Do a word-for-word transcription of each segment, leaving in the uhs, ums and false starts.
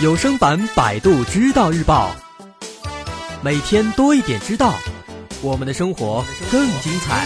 有声版百度知道日报，每天多一点知道，我们的生活更精彩。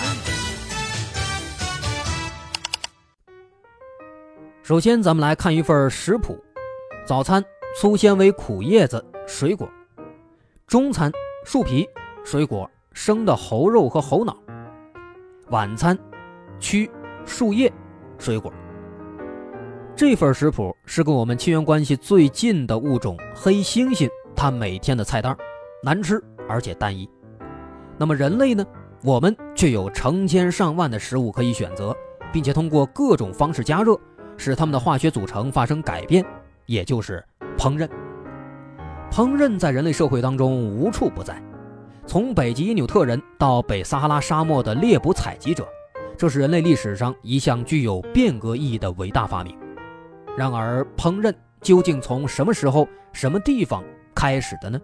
首先咱们来看一份食谱。早餐粗纤维苦叶子水果，中餐树皮水果生的猴肉和猴脑，晚餐蛆树叶水果。这份食谱是跟我们亲缘关系最近的物种黑猩猩它每天的菜单，难吃而且单一。那么人类呢，我们却有成千上万的食物可以选择，并且通过各种方式加热使它们的化学组成发生改变，也就是烹饪。烹饪在人类社会当中无处不在，从北极因纽特人到北撒哈拉沙漠的猎捕采集者，这是人类历史上一项具有变革意义的伟大发明。然而烹饪究竟从什么时候什么地方开始的呢？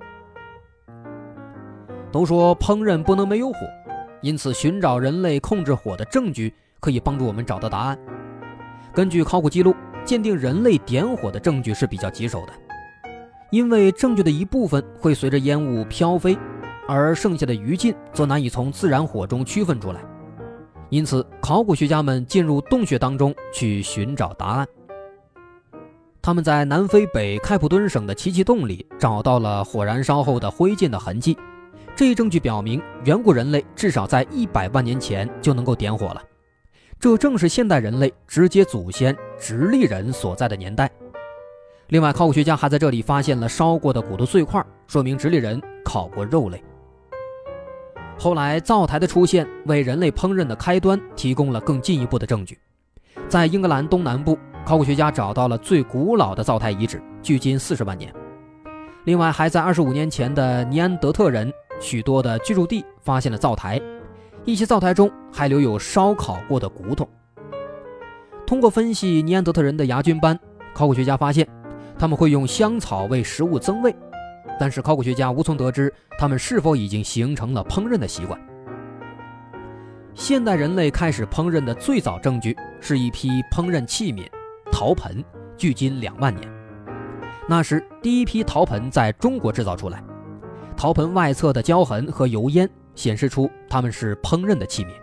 都说烹饪不能没有火，因此寻找人类控制火的证据可以帮助我们找到答案。根据考古记录，鉴定人类点火的证据是比较棘手的，因为证据的一部分会随着烟雾飘飞，而剩下的余烬则难以从自然火中区分出来。因此考古学家们进入洞穴当中去寻找答案。他们在南非北开普敦省的奇奇洞里找到了火燃烧后的灰烬的痕迹，这一证据表明远古人类至少在一百万年前就能够点火了，这正是现代人类直接祖先直立人所在的年代。另外考古学家还在这里发现了烧过的骨头碎块，说明直立人烤过肉类。后来灶台的出现为人类烹饪的开端提供了更进一步的证据。在英格兰东南部，考古学家找到了最古老的灶台遗址，距今四十万年。另外还在二十五年前的尼安德特人许多的居住地发现了灶台，一些灶台中还留有烧烤过的骨头。通过分析尼安德特人的牙菌斑，考古学家发现他们会用香草为食物增味，但是考古学家无从得知他们是否已经形成了烹饪的习惯。现代人类开始烹饪的最早证据是一批烹饪器皿陶盆，距今两万年。那时第一批陶盆在中国制造出来，陶盆外侧的焦痕和油烟显示出它们是烹饪的器皿。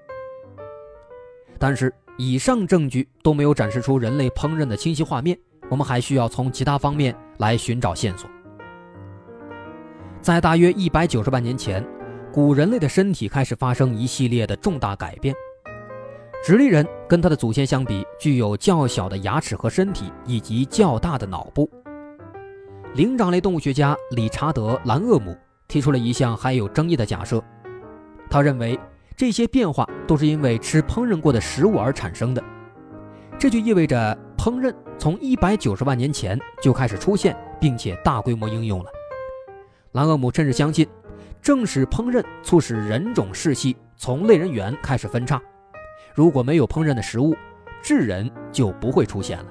但是以上证据都没有展示出人类烹饪的清晰画面，我们还需要从其他方面来寻找线索。在大约一百九十万年前，古人类的身体开始发生一系列的重大改变。直立人跟他的祖先相比，具有较小的牙齿和身体，以及较大的脑部。灵长类动物学家理查德·兰厄姆提出了一项还有争议的假设，他认为这些变化都是因为吃烹饪过的食物而产生的，这就意味着烹饪从一百九十万年前就开始出现，并且大规模应用了。兰厄姆甚至相信，正是烹饪促使人种世系从类人猿开始分叉，如果没有烹饪的食物，智人就不会出现了。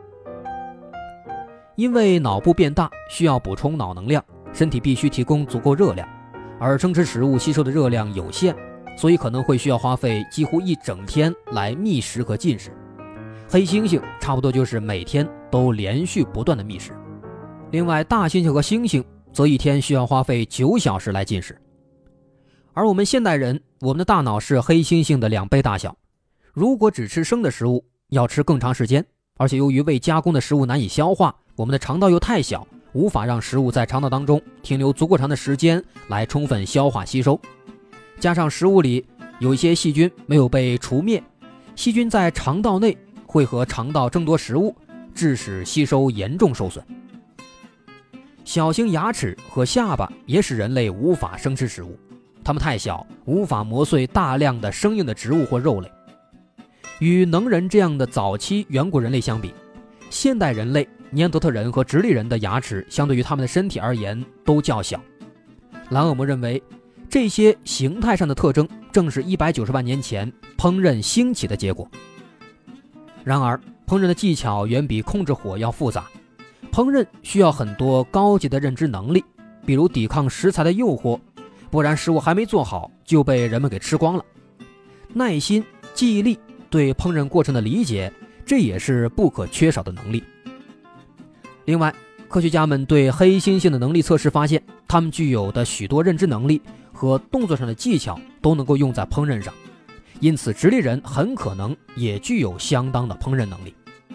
因为脑部变大需要补充脑能量，身体必须提供足够热量，而生吃食物吸收的热量有限，所以可能会需要花费几乎一整天来觅食和进食。黑猩猩差不多就是每天都连续不断的觅食。另外大猩猩和猩猩则一天需要花费九小时来进食。而我们现代人，我们的大脑是黑猩猩的两倍大小，如果只吃生的食物要吃更长时间，而且由于未加工的食物难以消化，我们的肠道又太小，无法让食物在肠道当中停留足够长的时间来充分消化吸收。加上食物里有一些细菌没有被除灭，细菌在肠道内会和肠道争夺食物，致使吸收严重受损。小型牙齿和下巴也使人类无法生吃食物，它们太小，无法磨碎大量的生硬的植物或肉类。与能人这样的早期远古人类相比，现代人类、尼安德特人和直立人的牙齿相对于他们的身体而言都较小。兰厄姆认为，这些形态上的特征正是一百九十万年前烹饪兴起的结果。然而，烹饪的技巧远比控制火要复杂，烹饪需要很多高级的认知能力，比如抵抗食材的诱惑，不然食物还没做好就被人们给吃光了。耐心、记忆力、对烹饪过程的理解，这也是不可缺少的能力。 另外，科学家们对黑猩猩的能力测试发现，它们具有的许多认知能力和动作上的技巧都能够用在烹饪上，因此直立人很可能也具有相当的烹饪能力。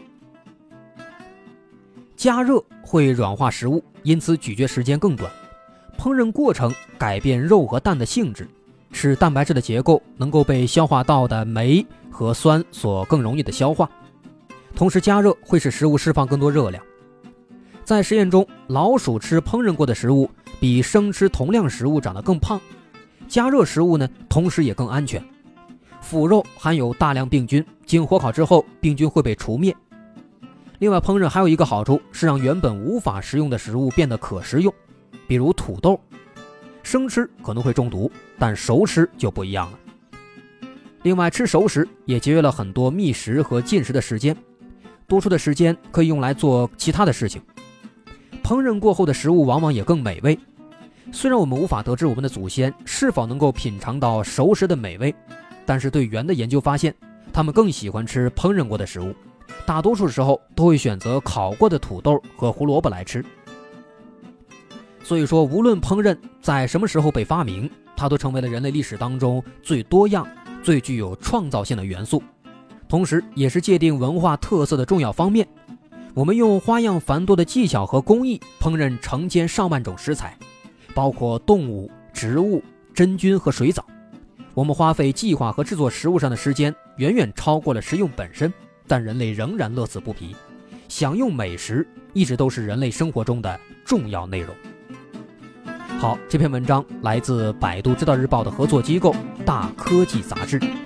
加热会软化食物，因此咀嚼时间更短。烹饪过程改变肉和蛋的性质，使蛋白质的结构能够被消化道的酶和酸所更容易的消化。同时加热会使食物释放更多热量。在实验中，老鼠吃烹饪过的食物比生吃同样食物长得更胖。加热食物呢，同时也更安全。腐肉含有大量病菌，经火烤之后，病菌会被除灭。另外，烹饪还有一个好处是让原本无法食用的食物变得可食用，比如土豆，生吃可能会中毒，但熟吃就不一样了。另外，吃熟食也节约了很多觅食和进食的时间，多出的时间可以用来做其他的事情。烹饪过后的食物往往也更美味。虽然我们无法得知我们的祖先是否能够品尝到熟食的美味，但是对猿的研究发现，他们更喜欢吃烹饪过的食物，大多数时候都会选择烤过的土豆和胡萝卜来吃。所以说，无论烹饪在什么时候被发明，它都成为了人类历史当中最多样、最具有创造性的元素，同时也是界定文化特色的重要方面。我们用花样繁多的技巧和工艺烹饪成千上万种食材，包括动物、植物、真菌和水藻。我们花费计划和制作食物上的时间远远超过了食用本身，但人类仍然乐此不疲。享用美食一直都是人类生活中的重要内容。好，这篇文章来自百度知道日报的合作机构大科技杂志。